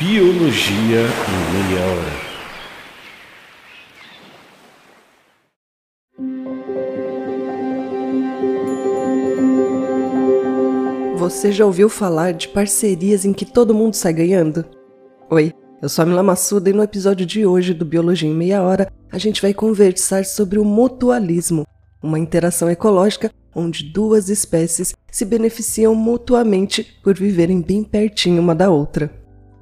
Biologia em Meia Hora. Você já ouviu falar de parcerias em que todo mundo sai ganhando? Oi, eu sou a Mila Massuda e no episódio de hoje do Biologia em Meia Hora a gente vai conversar sobre o mutualismo, uma interação ecológica onde duas espécies se beneficiam mutuamente por viverem bem pertinho uma da outra.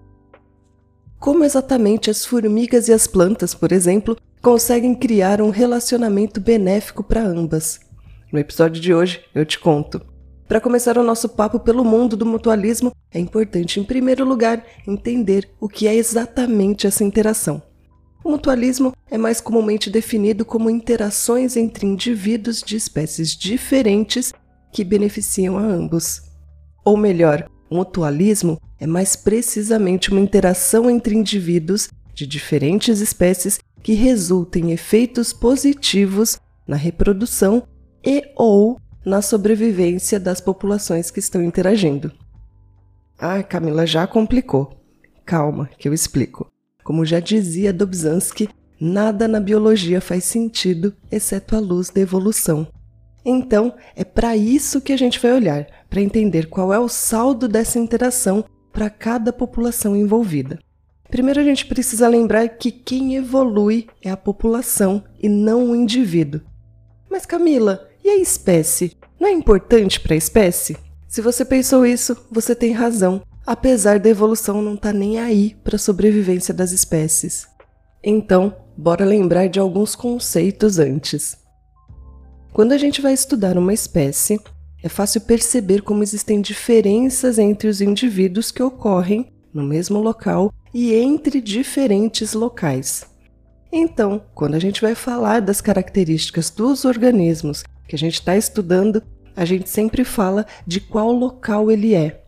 Como exatamente as formigas e as plantas, por exemplo, conseguem criar um relacionamento benéfico para ambas? No episódio de hoje eu te conto. Para começar o nosso papo pelo mundo do mutualismo, é importante, em primeiro lugar, entender o que é exatamente essa interação. O mutualismo é mais comumente definido como interações entre indivíduos de espécies diferentes que beneficiam a ambos. Ou melhor, o mutualismo é mais precisamente uma interação entre indivíduos de diferentes espécies que resulta em efeitos positivos na reprodução e/ou na sobrevivência das populações que estão interagindo. Ah, Camila, já complicou. Calma, que eu explico. Como já dizia Dobzhansky, nada na biologia faz sentido exceto a luz da evolução. Então, é para isso que a gente vai olhar, para entender qual é o saldo dessa interação para cada população envolvida. Primeiro a gente precisa lembrar que quem evolui é a população e não o indivíduo. Mas Camila, e a espécie? Não é importante para a espécie? Se você pensou isso, você tem razão, apesar da evolução não estar nem aí para a sobrevivência das espécies. Então, bora lembrar de alguns conceitos antes. Quando a gente vai estudar uma espécie, é fácil perceber como existem diferenças entre os indivíduos que ocorrem no mesmo local e entre diferentes locais. Então, quando a gente vai falar das características dos organismos que a gente está estudando, a gente sempre fala de qual local ele é.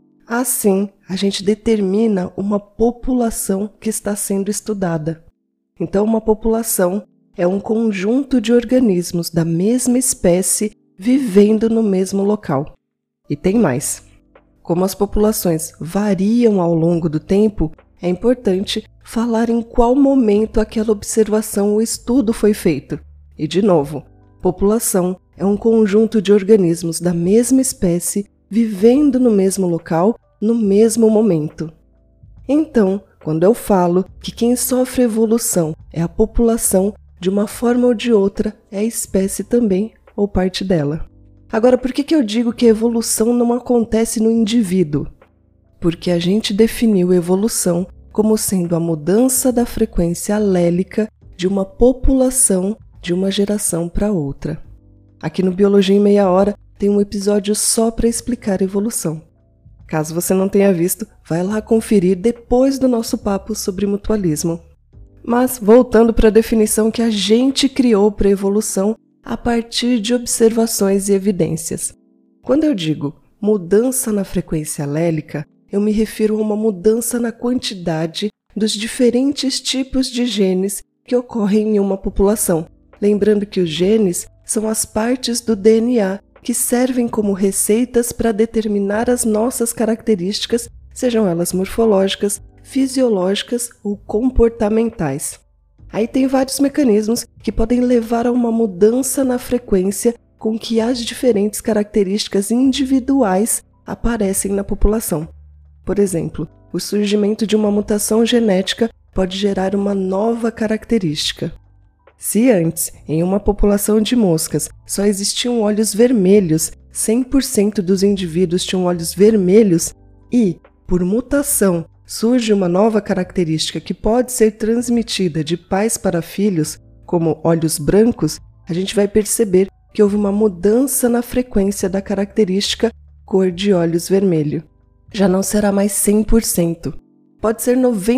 Assim, a gente determina uma população que está sendo estudada. Então, uma população é um conjunto de organismos da mesma espécie vivendo no mesmo local. E tem mais. Como as populações variam ao longo do tempo, é importante falar em qual momento aquela observação ou estudo foi feito. E, de novo, população é um conjunto de organismos da mesma espécie vivendo no mesmo local, no mesmo momento. Então, quando eu falo que quem sofre evolução é a população, de uma forma ou de outra, é a espécie também, ou parte dela. Agora, por que eu digo que a evolução não acontece no indivíduo? Porque a gente definiu evolução como sendo a mudança da frequência alélica de uma população de uma geração para outra. Aqui no Biologia em Meia Hora tem um episódio só para explicar a evolução. Caso você não tenha visto, vai lá conferir depois do nosso papo sobre mutualismo. Mas, voltando para a definição que a gente criou para a evolução a partir de observações e evidências. Quando eu digo mudança na frequência alélica, eu me refiro a uma mudança na quantidade dos diferentes tipos de genes que ocorrem em uma população. Lembrando que os genes são as partes do DNA que servem como receitas para determinar as nossas características, sejam elas morfológicas, fisiológicas ou comportamentais. Aí tem vários mecanismos que podem levar a uma mudança na frequência com que as diferentes características individuais aparecem na população. Por exemplo, o surgimento de uma mutação genética pode gerar uma nova característica. Se antes, em uma população de moscas, só existiam olhos vermelhos, 100% dos indivíduos tinham olhos vermelhos e, por mutação, surge uma nova característica que pode ser transmitida de pais para filhos, como olhos brancos, a gente vai perceber que houve uma mudança na frequência da característica cor de olhos vermelho. Já não será mais 100%, pode ser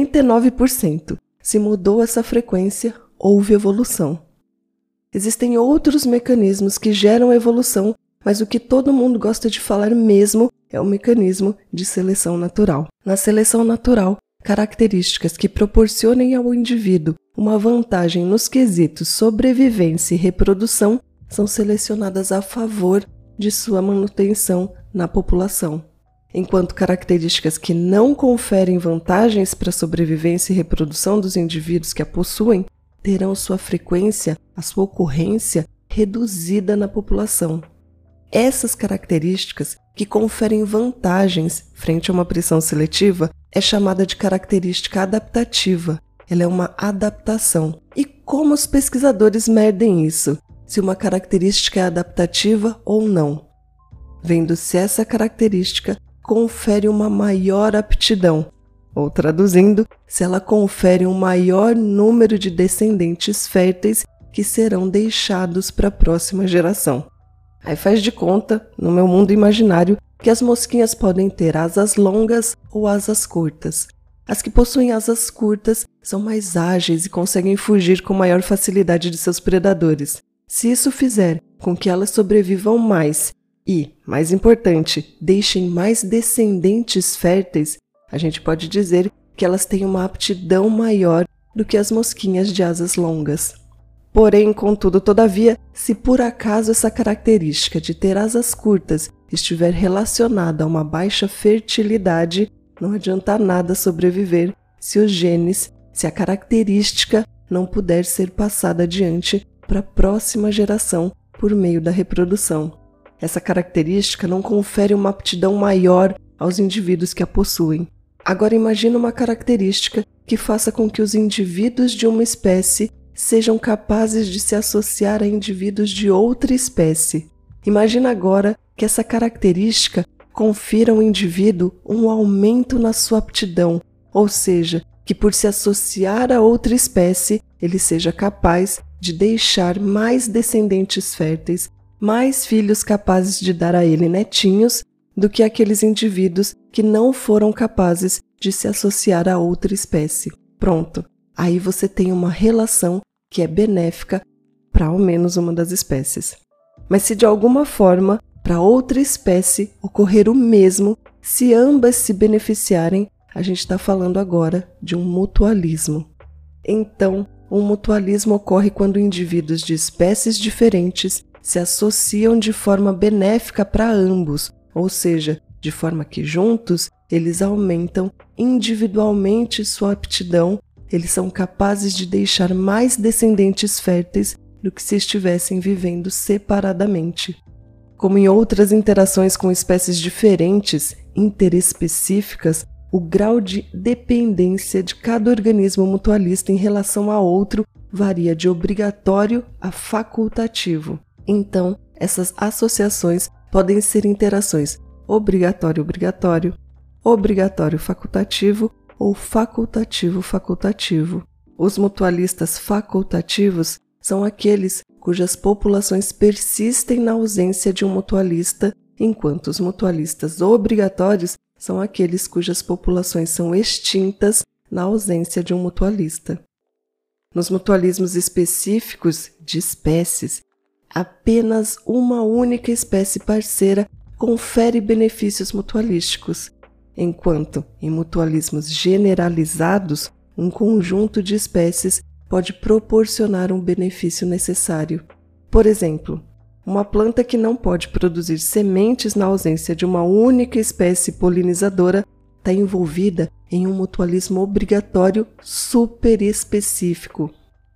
99%. Se mudou essa frequência, houve evolução. Existem outros mecanismos que geram evolução, mas o que todo mundo gosta de falar mesmo é o mecanismo de seleção natural. Na seleção natural, características que proporcionem ao indivíduo uma vantagem nos quesitos sobrevivência e reprodução são selecionadas a favor de sua manutenção na população. enquanto características que não conferem vantagens para a sobrevivência e reprodução dos indivíduos que a possuem terão sua frequência, a sua ocorrência, reduzida na população. Essas características que conferem vantagens frente a uma pressão seletiva é chamada de característica adaptativa. Ela é uma adaptação. E como os pesquisadores medem isso? Se uma característica é adaptativa ou não? Vendo se essa característica confere uma maior aptidão, ou traduzindo, se ela confere um maior número de descendentes férteis que serão deixados para a próxima geração. Aí faz de conta, no meu mundo imaginário, que as mosquinhas podem ter asas longas ou asas curtas. As que possuem asas curtas são mais ágeis e conseguem fugir com maior facilidade de seus predadores. Se isso fizer com que elas sobrevivam mais e, mais importante, deixem mais descendentes férteis, a gente pode dizer que elas têm uma aptidão maior do que as mosquinhas de asas longas. Porém, contudo, todavia, se por acaso essa característica de ter asas curtas estiver relacionada a uma baixa fertilidade, não adianta nada sobreviver se a característica não puder ser passada adiante para a próxima geração por meio da reprodução. Essa característica não confere uma aptidão maior aos indivíduos que a possuem. Agora imagine uma característica que faça com que os indivíduos de uma espécie sejam capazes de se associar a indivíduos de outra espécie. Imagina agora que essa característica confira ao indivíduo um aumento na sua aptidão, ou seja, que por se associar a outra espécie, ele seja capaz de deixar mais descendentes férteis, mais filhos capazes de dar a ele netinhos, do que aqueles indivíduos que não foram capazes de se associar a outra espécie. Pronto, aí você tem uma relação que é benéfica para ao menos uma das espécies. Mas se de alguma forma para outra espécie ocorrer o mesmo, se ambas se beneficiarem, a gente está falando agora de um mutualismo. Então, um mutualismo ocorre quando indivíduos de espécies diferentes se associam de forma benéfica para ambos, ou seja, de forma que juntos eles aumentam individualmente sua aptidão, eles são capazes de deixar mais descendentes férteis do que se estivessem vivendo separadamente. Como em outras interações com espécies diferentes, interespecíficas, o grau de dependência de cada organismo mutualista em relação a outro varia de obrigatório a facultativo. Então, essas associações podem ser interações obrigatório-obrigatório, obrigatório-facultativo ou facultativo-facultativo. Os mutualistas facultativos são aqueles cujas populações persistem na ausência de um mutualista, enquanto os mutualistas obrigatórios são aqueles cujas populações são extintas na ausência de um mutualista. Nos mutualismos específicos de espécies, apenas uma única espécie parceira confere benefícios mutualísticos, enquanto em mutualismos generalizados, um conjunto de espécies pode proporcionar um benefício necessário. Por exemplo, uma planta que não pode produzir sementes na ausência de uma única espécie polinizadora está envolvida em um mutualismo obrigatório superespecífico.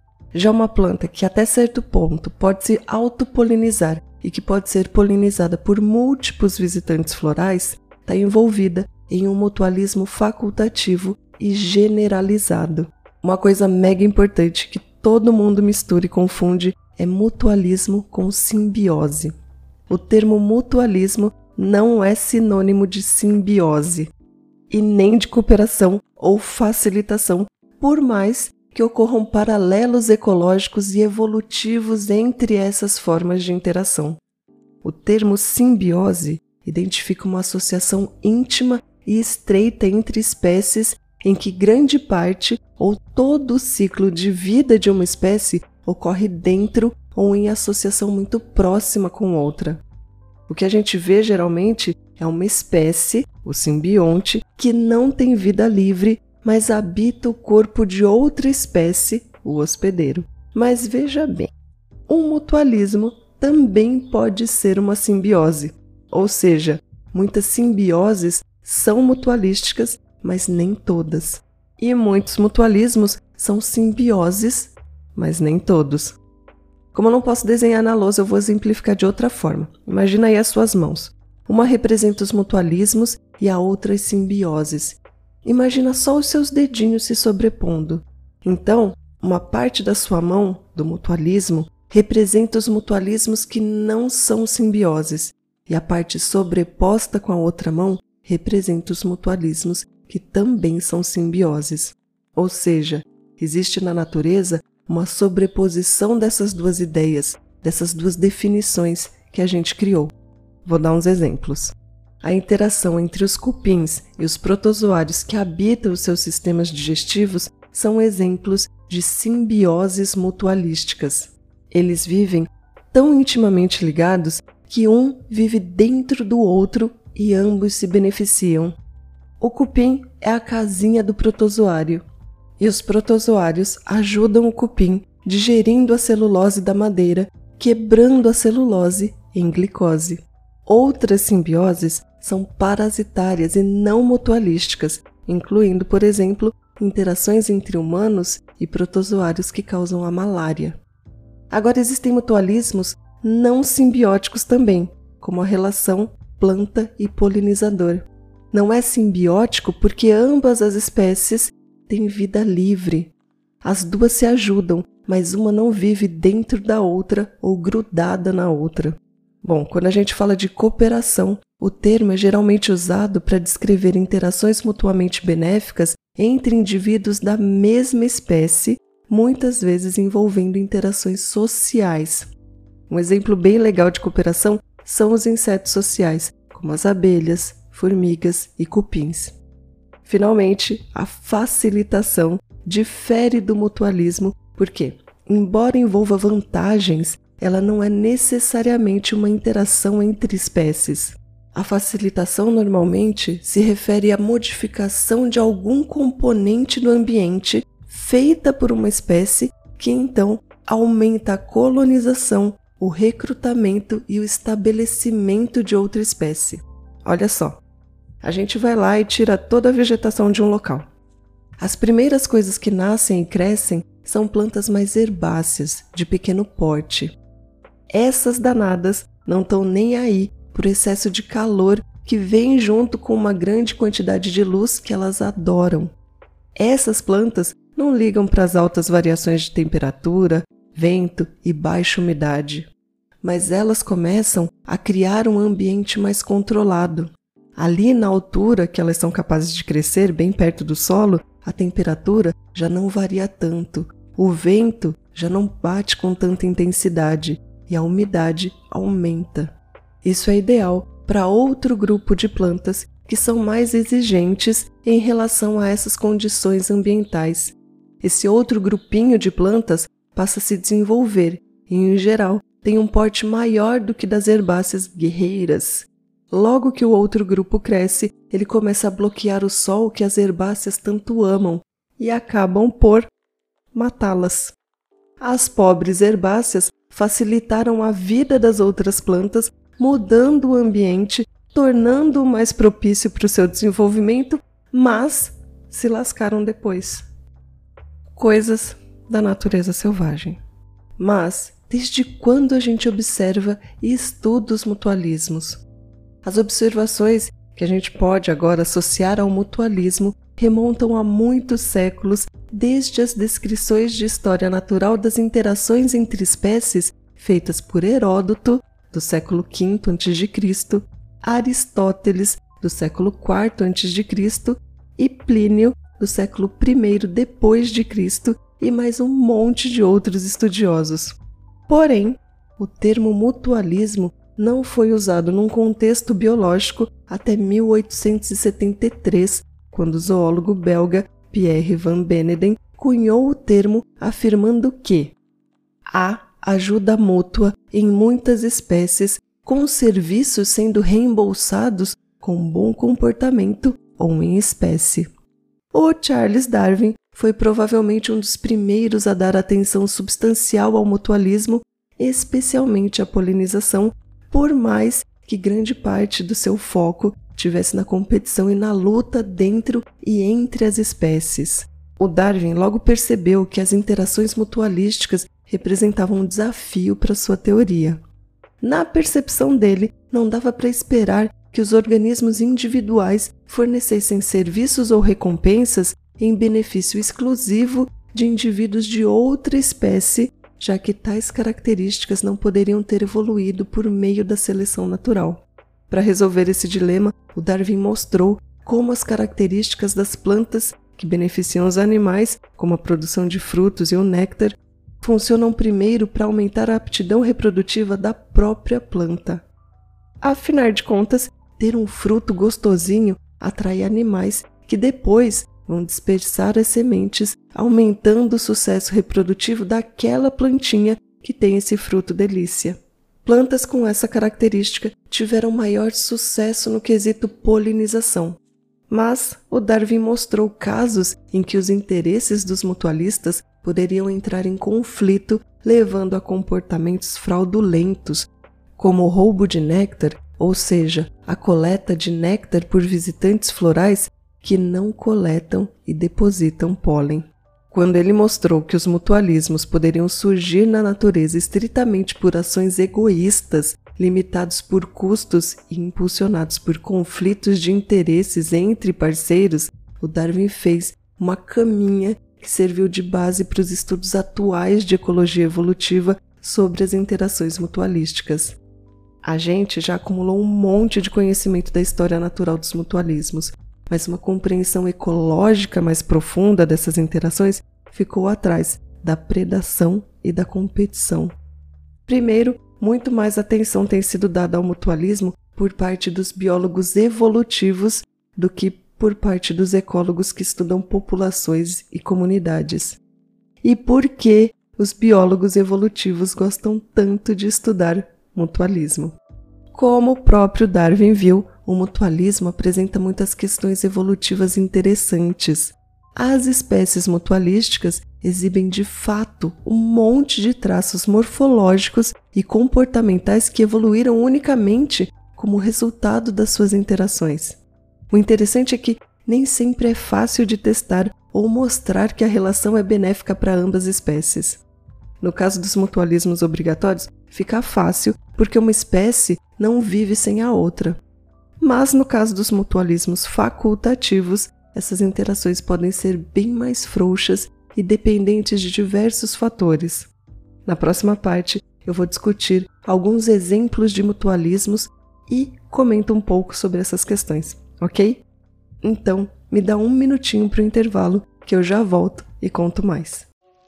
Já uma planta que até certo ponto pode se autopolinizar e que pode ser polinizada por múltiplos visitantes florais está envolvida em um mutualismo facultativo e generalizado. Uma coisa mega importante que todo mundo mistura e confunde é mutualismo com simbiose. O termo mutualismo não é sinônimo de simbiose e nem de cooperação ou facilitação, por mais que ocorram paralelos ecológicos e evolutivos entre essas formas de interação. O termo simbiose identifica uma associação íntima e estreita entre espécies em que grande parte ou todo o ciclo de vida de uma espécie ocorre dentro ou em associação muito próxima com outra. O que a gente vê geralmente é uma espécie, o simbionte, que não tem vida livre, mas habita o corpo de outra espécie, o hospedeiro. Mas veja bem, um mutualismo também pode ser uma simbiose, ou seja, muitas simbioses são mutualísticas, mas nem todas. E muitos mutualismos são simbioses, mas nem todos. Como eu não posso desenhar na lousa, eu vou exemplificar de outra forma. Imagina aí as suas mãos. Uma representa os mutualismos e a outra as simbioses. Imagina só os seus dedinhos se sobrepondo. Então, uma parte da sua mão, do mutualismo, representa os mutualismos que não são simbioses, e a parte sobreposta com a outra mão representa os mutualismos que também são simbioses. Ou seja, existe na natureza uma sobreposição dessas duas ideias, dessas duas definições que a gente criou. Vou dar uns exemplos. A interação entre os cupins e os protozoários que habitam os seus sistemas digestivos são exemplos de simbioses mutualísticas. Eles vivem tão intimamente ligados que um vive dentro do outro e ambos se beneficiam. O cupim é a casinha do protozoário, e os protozoários ajudam o cupim digerindo a celulose da madeira, quebrando a celulose em glicose. Outras simbioses são parasitárias e não mutualísticas, incluindo, por exemplo, interações entre humanos e protozoários que causam a malária. Agora existem mutualismos não simbióticos também, como a relação planta e polinizador. Não é simbiótico porque ambas as espécies têm vida livre. As duas se ajudam, mas uma não vive dentro da outra ou grudada na outra. Bom, quando a gente fala de cooperação, o termo é geralmente usado para descrever interações mutuamente benéficas entre indivíduos da mesma espécie, muitas vezes envolvendo interações sociais. Um exemplo bem legal de cooperação são os insetos sociais, como as abelhas, formigas e cupins. Finalmente, a facilitação difere do mutualismo porque, embora envolva vantagens, ela não é necessariamente uma interação entre espécies. A facilitação normalmente se refere à modificação de algum componente do ambiente feita por uma espécie que então aumenta a colonização, o recrutamento e o estabelecimento de outra espécie. Olha só, a gente vai lá e tira toda a vegetação de um local. As primeiras coisas que nascem e crescem são plantas mais herbáceas, de pequeno porte. Essas danadas não estão nem aí por excesso de calor que vem junto com uma grande quantidade de luz que elas adoram. Essas plantas não ligam para as altas variações de temperatura, vento e baixa umidade, mas elas começam a criar um ambiente mais controlado. Ali na altura que elas são capazes de crescer, bem perto do solo, a temperatura já não varia tanto, o vento já não bate com tanta intensidade e a umidade aumenta. Isso é ideal para outro grupo de plantas que são mais exigentes em relação a essas condições ambientais. Esse outro grupinho de plantas passa a se desenvolver e, em geral, tem um porte maior do que das herbáceas guerreiras. Logo que o outro grupo cresce, ele começa a bloquear o sol que as herbáceas tanto amam e acabam por matá-las. As pobres herbáceas facilitaram a vida das outras plantas, mudando o ambiente, tornando-o mais propício para o seu desenvolvimento, mas se lascaram depois. Coisas da natureza selvagem. Mas, desde quando a gente observa e estuda os mutualismos? As observações que a gente pode agora associar ao mutualismo remontam a muitos séculos, desde as descrições de história natural das interações entre espécies feitas por Heródoto, do século V a.C., Aristóteles, do século IV a.C., e Plínio, do século I d.C., e mais um monte de outros estudiosos. Porém, o termo mutualismo não foi usado num contexto biológico até 1873, quando o zoólogo belga Pierre van Beneden cunhou o termo afirmando que há ajuda mútua em muitas espécies, com serviços sendo reembolsados com bom comportamento ou em espécie. O Charles Darwin foi provavelmente um dos primeiros a dar atenção substancial ao mutualismo, especialmente à polinização, por mais que grande parte do seu foco tivesse na competição e na luta dentro e entre as espécies. O Darwin logo percebeu que as interações mutualísticas representavam um desafio para sua teoria. Na percepção dele, não dava para esperar que os organismos individuais fornecessem serviços ou recompensas em benefício exclusivo de indivíduos de outra espécie, já que tais características não poderiam ter evoluído por meio da seleção natural. Para resolver esse dilema, o Darwin mostrou como as características das plantas que beneficiam os animais, como a produção de frutos e o néctar, funcionam primeiro para aumentar a aptidão reprodutiva da própria planta. Afinal de contas, ter um fruto gostosinho atrai animais que depois vão dispersar as sementes, aumentando o sucesso reprodutivo daquela plantinha que tem esse fruto delícia. Plantas com essa característica tiveram maior sucesso no quesito polinização. Mas o Darwin mostrou casos em que os interesses dos mutualistas poderiam entrar em conflito, levando a comportamentos fraudulentos, como o roubo de néctar, ou seja, a coleta de néctar por visitantes florais que não coletam e depositam pólen. Quando ele mostrou que os mutualismos poderiam surgir na natureza estritamente por ações egoístas, limitados por custos e impulsionados por conflitos de interesses entre parceiros, o Darwin fez uma caminha que serviu de base para os estudos atuais de ecologia evolutiva sobre as interações mutualísticas. A gente já acumulou um monte de conhecimento da história natural dos mutualismos, mas uma compreensão ecológica mais profunda dessas interações ficou atrás da predação e da competição. Primeiro, muito mais atenção tem sido dada ao mutualismo por parte dos biólogos evolutivos do que por parte dos ecólogos que estudam populações e comunidades. E por que os biólogos evolutivos gostam tanto de estudar mutualismo? Como o próprio Darwin viu, o mutualismo apresenta muitas questões evolutivas interessantes. As espécies mutualísticas exibem de fato um monte de traços morfológicos e comportamentais que evoluíram unicamente como resultado das suas interações. O interessante é que nem sempre é fácil de testar ou mostrar que a relação é benéfica para ambas espécies. No caso dos mutualismos obrigatórios, fica fácil porque uma espécie não vive sem a outra. Mas no caso dos mutualismos facultativos, essas interações podem ser bem mais frouxas e dependentes de diversos fatores. Na próxima parte, eu vou discutir alguns exemplos de mutualismos e comento um pouco sobre essas questões, ok? Então, me dá um minutinho para o intervalo que eu já volto e conto mais.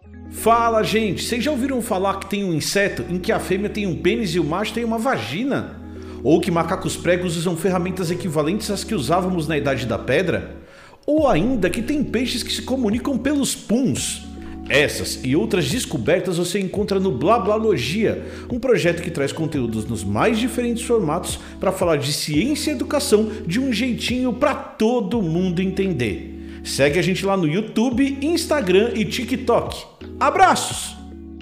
Fala, gente! Vocês já ouviram falar que tem um inseto em que a fêmea tem um pênis e o macho tem uma vagina? Ou que macacos pregos usam ferramentas equivalentes às que usávamos na Idade da Pedra? Ou ainda que tem peixes que se comunicam pelos puns? Essas e outras descobertas você encontra no Blablalogia, um projeto que traz conteúdos nos mais diferentes formatos para falar de ciência e educação de um jeitinho para todo mundo entender. Segue a gente lá no YouTube, Instagram e TikTok. Abraços!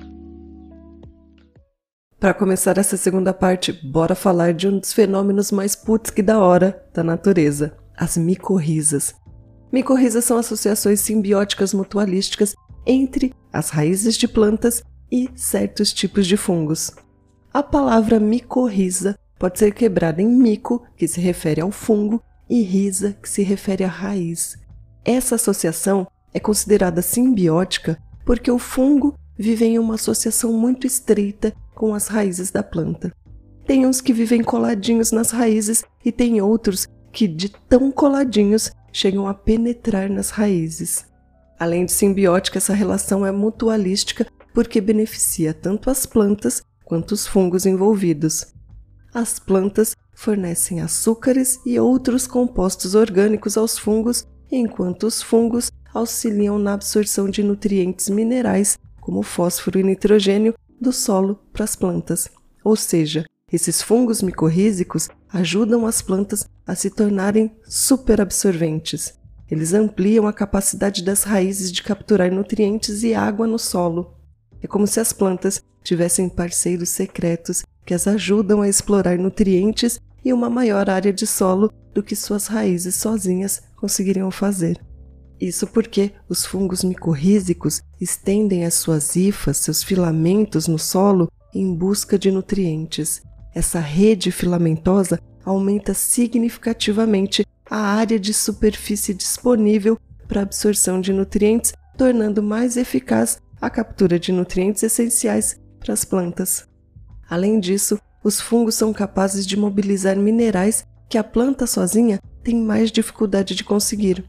Para começar essa segunda parte, bora falar de um dos fenômenos mais putz que da hora da natureza, as micorrizas. Micorrizas são associações simbióticas mutualísticas entre as raízes de plantas e certos tipos de fungos. A palavra micorriza pode ser quebrada em mico, que se refere ao fungo, e rhiza, que se refere à raiz. Essa associação é considerada simbiótica porque o fungo vive em uma associação muito estreita com as raízes da planta. Tem uns que vivem coladinhos nas raízes e tem outros que, de tão coladinhos, chegam a penetrar nas raízes. Além de simbiótica, essa relação é mutualística porque beneficia tanto as plantas quanto os fungos envolvidos. As plantas fornecem açúcares e outros compostos orgânicos aos fungos, enquanto os fungos auxiliam na absorção de nutrientes minerais, como fósforo e nitrogênio, do solo para as plantas. Ou seja, esses fungos micorrízicos ajudam as plantas a se tornarem superabsorventes. Eles ampliam a capacidade das raízes de capturar nutrientes e água no solo. É como se as plantas tivessem parceiros secretos que as ajudam a explorar nutrientes e uma maior área de solo do que suas raízes sozinhas conseguiriam fazer. Isso porque os fungos micorrízicos estendem as suas hifas, seus filamentos no solo, em busca de nutrientes. Essa rede filamentosa aumenta significativamente a área de superfície disponível para a absorção de nutrientes, tornando mais eficaz a captura de nutrientes essenciais para as plantas. Além disso, os fungos são capazes de mobilizar minerais que a planta sozinha tem mais dificuldade de conseguir.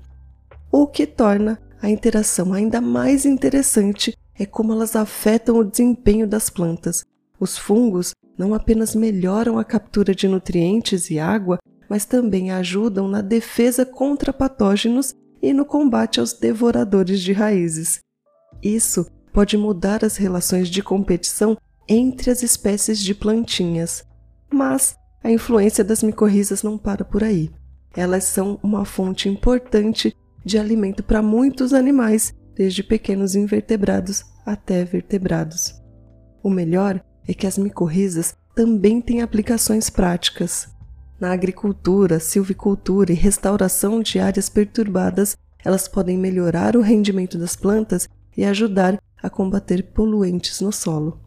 O que torna a interação ainda mais interessante é como elas afetam o desempenho das plantas. Os fungos não apenas melhoram a captura de nutrientes e água, mas também ajudam na defesa contra patógenos e no combate aos devoradores de raízes. Isso pode mudar as relações de competição entre as espécies de plantinhas. Mas a influência das micorrizas não para por aí. Elas são uma fonte importante de alimento para muitos animais, desde pequenos invertebrados até vertebrados. O melhor é que as micorrizas também têm aplicações práticas. Na agricultura, silvicultura e restauração de áreas perturbadas, elas podem melhorar o rendimento das plantas e ajudar a combater poluentes no solo.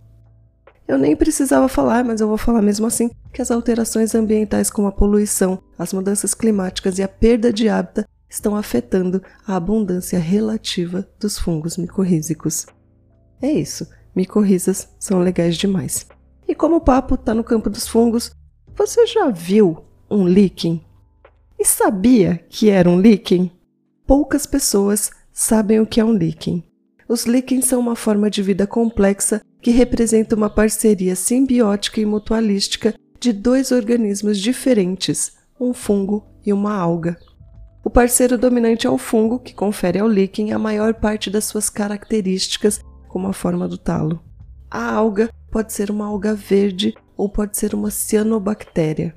Eu nem precisava falar, mas eu vou falar mesmo assim, que as alterações ambientais como a poluição, as mudanças climáticas e a perda de hábitat estão afetando a abundância relativa dos fungos micorrízicos. É isso, micorrizas são legais demais. E como o papo está no campo dos fungos, você já viu um líquen? E sabia que era um líquen? Poucas pessoas sabem o que é um líquen. Os líquens são uma forma de vida complexa que representa uma parceria simbiótica e mutualística de dois organismos diferentes, um fungo e uma alga. O parceiro dominante é o fungo, que confere ao líquen a maior parte das suas características, como a forma do talo. A alga pode ser uma alga verde ou pode ser uma cianobactéria.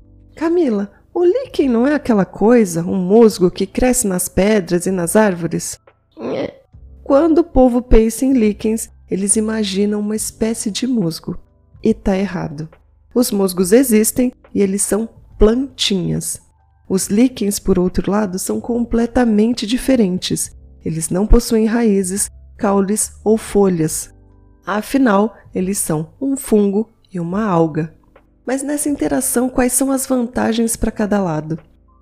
Camila, o líquen não é aquela coisa, um musgo que cresce nas pedras e nas árvores? Quando o povo pensa em líquens, eles imaginam uma espécie de musgo. E tá errado. Os musgos existem e eles são plantinhas. Os líquens, por outro lado, são completamente diferentes. Eles não possuem raízes, caules ou folhas. Afinal, eles são um fungo e uma alga. Mas nessa interação, quais são as vantagens para cada lado?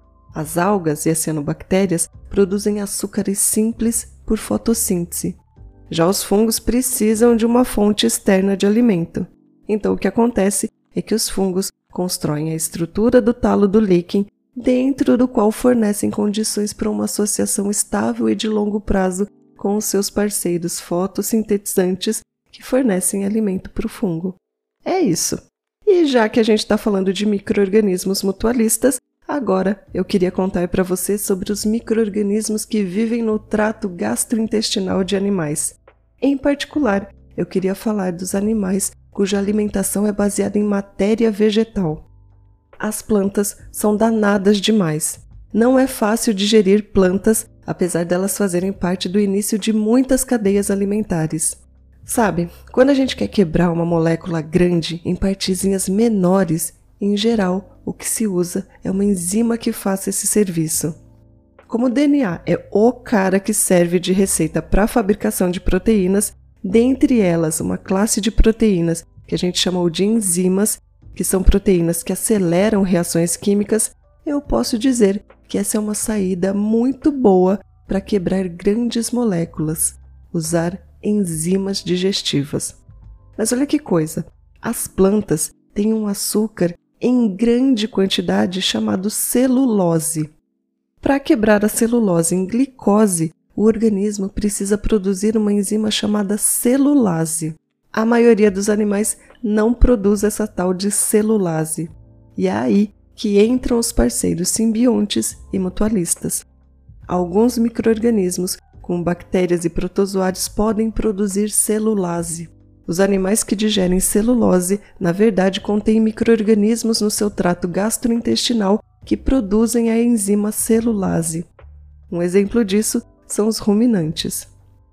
As algas e as cianobactérias produzem açúcares simples por fotossíntese. Já os fungos precisam de uma fonte externa de alimento. Então o que acontece é que os fungos constroem a estrutura do talo do líquen, dentro do qual fornecem condições para uma associação estável e de longo prazo com os seus parceiros fotossintetizantes que fornecem alimento para o fungo. É isso. E já que a gente está falando de micro-organismos mutualistas, agora eu queria contar para você sobre os micro-organismos que vivem no trato gastrointestinal de animais. Em particular, eu queria falar dos animais cuja alimentação é baseada em matéria vegetal. As plantas são danadas demais. Não é fácil digerir plantas, apesar delas fazerem parte do início de muitas cadeias alimentares. Sabe, quando a gente quer quebrar uma molécula grande em partezinhas menores, em geral, o que se usa é uma enzima que faça esse serviço. Como o DNA é o cara que serve de receita para a fabricação de proteínas, dentre elas uma classe de proteínas que a gente chamou de enzimas, que são proteínas que aceleram reações químicas, eu posso dizer que essa é uma saída muito boa para quebrar grandes moléculas, usar enzimas digestivas. Mas olha que coisa, as plantas têm um açúcar em grande quantidade chamado celulose. Para quebrar a celulose em glicose, o organismo precisa produzir uma enzima chamada celulase. A maioria dos animais não produz essa tal de celulase. E é aí que entram os parceiros simbiontes e mutualistas. Alguns micro-organismos, como bactérias e protozoários, podem produzir celulase. Os animais que digerem celulose, na verdade, contêm micro-organismos no seu trato gastrointestinal que produzem a enzima celulase. Um exemplo disso são os ruminantes.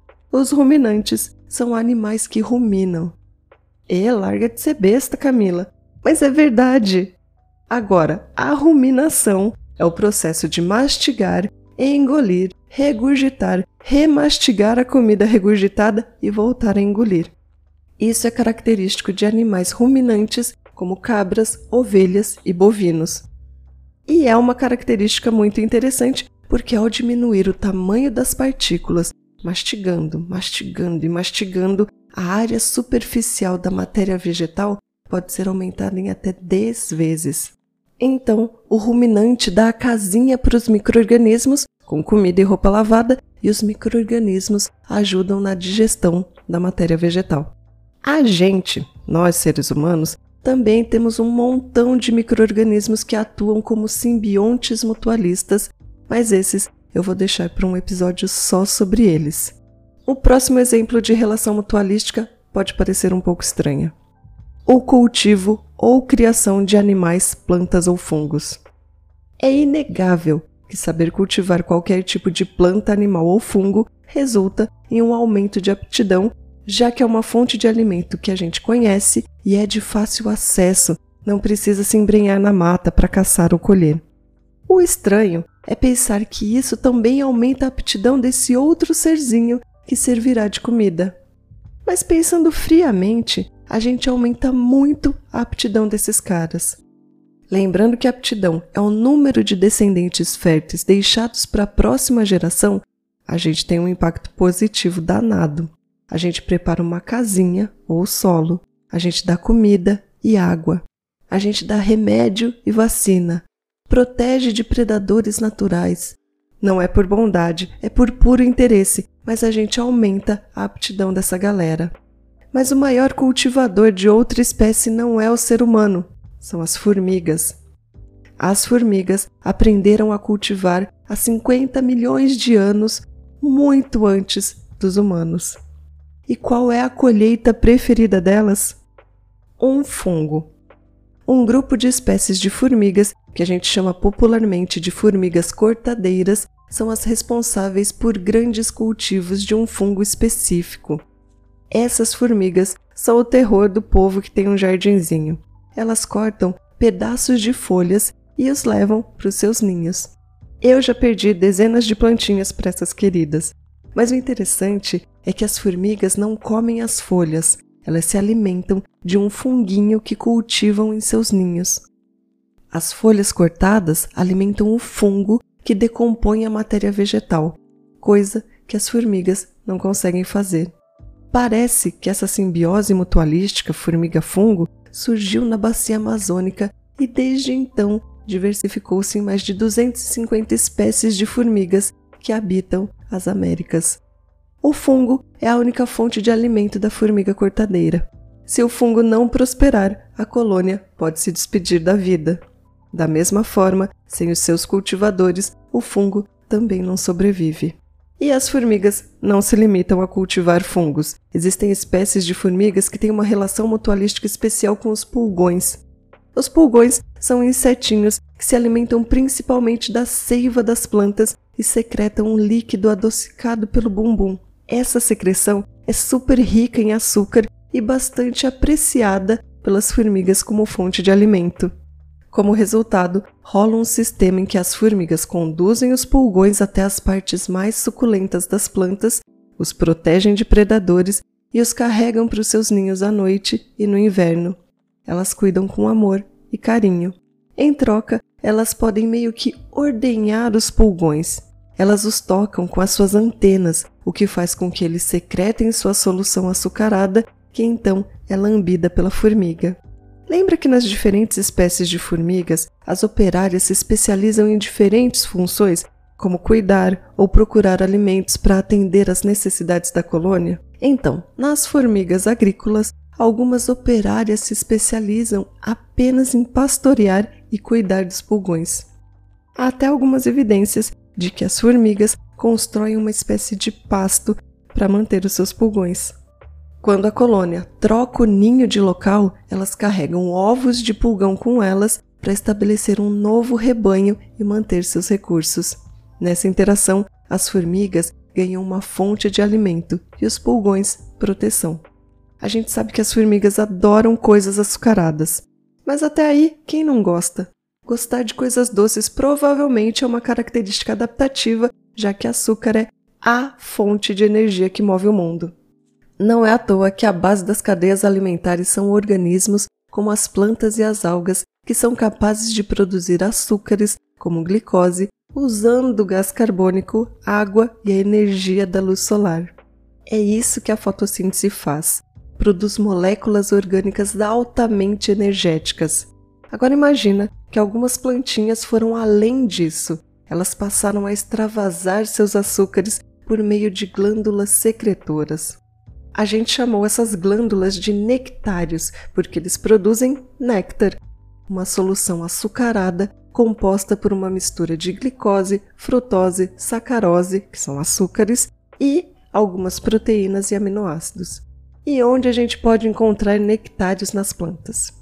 Os ruminantes são animais que ruminam. Larga de ser besta, Camila. Mas é verdade! Agora, a ruminação é o processo de mastigar, engolir, regurgitar, remastigar a comida regurgitada e voltar a engolir. Isso é característico de animais ruminantes como cabras, ovelhas e bovinos. E é uma característica muito interessante porque ao diminuir o tamanho das partículas, mastigando, mastigando e mastigando, a área superficial da matéria vegetal pode ser aumentada em até 10 vezes. Então, o ruminante dá a casinha para os micro-organismos, com comida e roupa lavada, e os micro-organismos ajudam na digestão da matéria vegetal. A gente, nós seres humanos, também temos um montão de micro-organismos que atuam como simbiontes mutualistas, mas esses eu vou deixar para um episódio só sobre eles. O próximo exemplo de relação mutualística pode parecer um pouco estranha. O cultivo ou criação de animais, plantas ou fungos. É inegável que saber cultivar qualquer tipo de planta, animal ou fungo resulta em um aumento de aptidão, já que é uma fonte de alimento que a gente conhece e é de fácil acesso, não precisa se embrenhar na mata para caçar ou colher. O estranho é pensar que isso também aumenta a aptidão desse outro serzinho que servirá de comida. Mas pensando friamente, a gente aumenta muito a aptidão desses caras. Lembrando que a aptidão é o número de descendentes férteis deixados para a próxima geração, a gente tem um impacto positivo danado. A gente prepara uma casinha ou solo, a gente dá comida e água, a gente dá remédio e vacina, protege de predadores naturais. Não é por bondade, é por puro interesse, mas a gente aumenta a aptidão dessa galera. Mas o maior cultivador de outra espécie não é o ser humano, são as formigas. As formigas aprenderam a cultivar há 50 milhões de anos, muito antes dos humanos. E qual é a colheita preferida delas? Um fungo. Um grupo de espécies de formigas, que a gente chama popularmente de formigas cortadeiras, são as responsáveis por grandes cultivos de um fungo específico. Essas formigas são o terror do povo que tem um jardinzinho. Elas cortam pedaços de folhas e os levam para os seus ninhos. Eu já perdi dezenas de plantinhas para essas queridas. Mas o interessante é que as formigas não comem as folhas, elas se alimentam de um funguinho que cultivam em seus ninhos. As folhas cortadas alimentam o fungo que decompõe a matéria vegetal, coisa que as formigas não conseguem fazer. Parece que essa simbiose mutualística formiga-fungo surgiu na bacia amazônica e desde então diversificou-se em mais de 250 espécies de formigas que habitam as Américas. O fungo é a única fonte de alimento da formiga cortadeira. Se o fungo não prosperar, a colônia pode se despedir da vida. Da mesma forma, sem os seus cultivadores, o fungo também não sobrevive. E as formigas não se limitam a cultivar fungos. Existem espécies de formigas que têm uma relação mutualística especial com os pulgões. Os pulgões são insetinhos que se alimentam principalmente da seiva das plantas e secretam um líquido adocicado pelo bumbum. Essa secreção é super rica em açúcar e bastante apreciada pelas formigas como fonte de alimento. Como resultado, rola um sistema em que as formigas conduzem os pulgões até as partes mais suculentas das plantas, os protegem de predadores e os carregam para os seus ninhos à noite e no inverno. Elas cuidam com amor e carinho. Em troca, elas podem meio que ordenhar os pulgões. Elas os tocam com as suas antenas, o que faz com que eles secretem sua solução açucarada, que então é lambida pela formiga. Lembra que nas diferentes espécies de formigas, as operárias se especializam em diferentes funções, como cuidar ou procurar alimentos para atender às necessidades da colônia? Então, nas formigas agrícolas, algumas operárias se especializam apenas em pastorear e cuidar dos pulgões. Há até algumas evidências de que as formigas constroem uma espécie de pasto para manter os seus pulgões. Quando a colônia troca o ninho de local, elas carregam ovos de pulgão com elas para estabelecer um novo rebanho e manter seus recursos. Nessa interação, as formigas ganham uma fonte de alimento e os pulgões proteção. A gente sabe que as formigas adoram coisas açucaradas, mas até aí quem não gosta? Gostar de coisas doces provavelmente é uma característica adaptativa, já que açúcar é a fonte de energia que move o mundo. Não é à toa que a base das cadeias alimentares são organismos como as plantas e as algas, que são capazes de produzir açúcares, como glicose, usando gás carbônico, água e a energia da luz solar. É isso que a fotossíntese faz. Produz moléculas orgânicas altamente energéticas. Agora imagina que algumas plantinhas foram além disso. Elas passaram a extravasar seus açúcares por meio de glândulas secretoras. A gente chamou essas glândulas de nectários porque eles produzem néctar, uma solução açucarada composta por uma mistura de glicose, frutose, sacarose, que são açúcares, e algumas proteínas e aminoácidos. E onde a gente pode encontrar nectários nas plantas?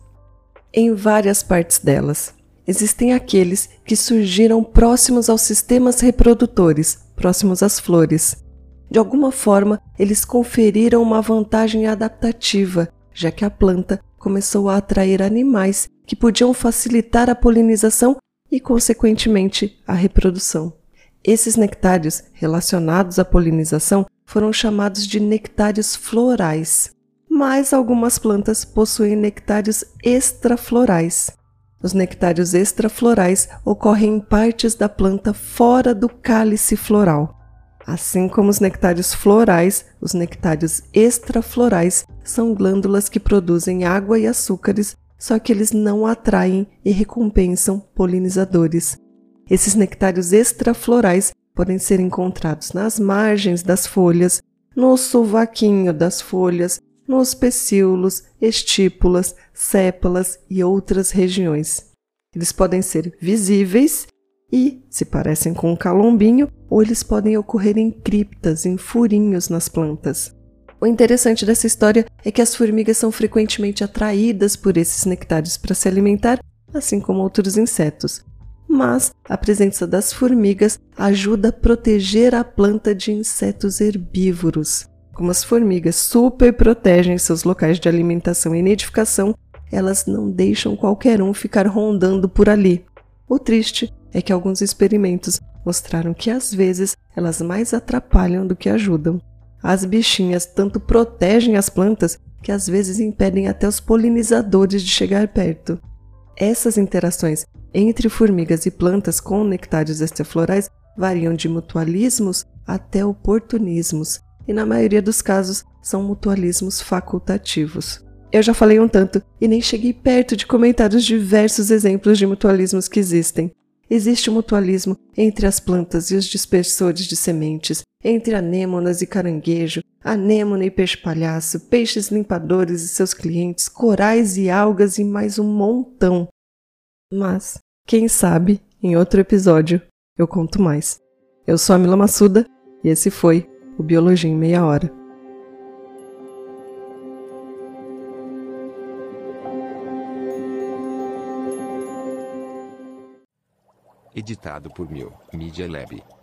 Em várias partes delas. Existem aqueles que surgiram próximos aos sistemas reprodutores, próximos às flores. De alguma forma, eles conferiram uma vantagem adaptativa, já que a planta começou a atrair animais que podiam facilitar a polinização e, consequentemente, a reprodução. Esses nectários relacionados à polinização foram chamados de nectários florais, mas algumas plantas possuem nectários extraflorais. Os nectários extraflorais ocorrem em partes da planta fora do cálice floral. Assim como os nectários florais, os nectários extraflorais são glândulas que produzem água e açúcares, só que eles não atraem e recompensam polinizadores. Esses nectários extraflorais podem ser encontrados nas margens das folhas, no sovaquinho das folhas, nos pecíolos, estípulas, sépalas e outras regiões. Eles podem ser visíveis e se parecem com um calombinho, ou eles podem ocorrer em criptas, em furinhos nas plantas. O interessante dessa história é que as formigas são frequentemente atraídas por esses nectários para se alimentar, assim como outros insetos. Mas a presença das formigas ajuda a proteger a planta de insetos herbívoros. Como as formigas super protegem seus locais de alimentação e nidificação, elas não deixam qualquer um ficar rondando por ali. O triste é que alguns experimentos mostraram que às vezes elas mais atrapalham do que ajudam. As bichinhas tanto protegem as plantas que às vezes impedem até os polinizadores de chegar perto. Essas interações entre formigas e plantas com nectários extraflorais variam de mutualismos até oportunismos, e na maioria dos casos são mutualismos facultativos. Eu já falei um tanto e nem cheguei perto de comentar os diversos exemplos de mutualismos que existem. Existe o mutualismo entre as plantas e os dispersores de sementes, entre anêmonas e caranguejo, anêmona e peixe-palhaço, peixes limpadores e seus clientes, corais e algas e mais um montão. Mas, quem sabe, em outro episódio, eu conto mais. Eu sou a Mila Massuda e esse foi o Biologia em Meia Hora. Editado por Media Lab.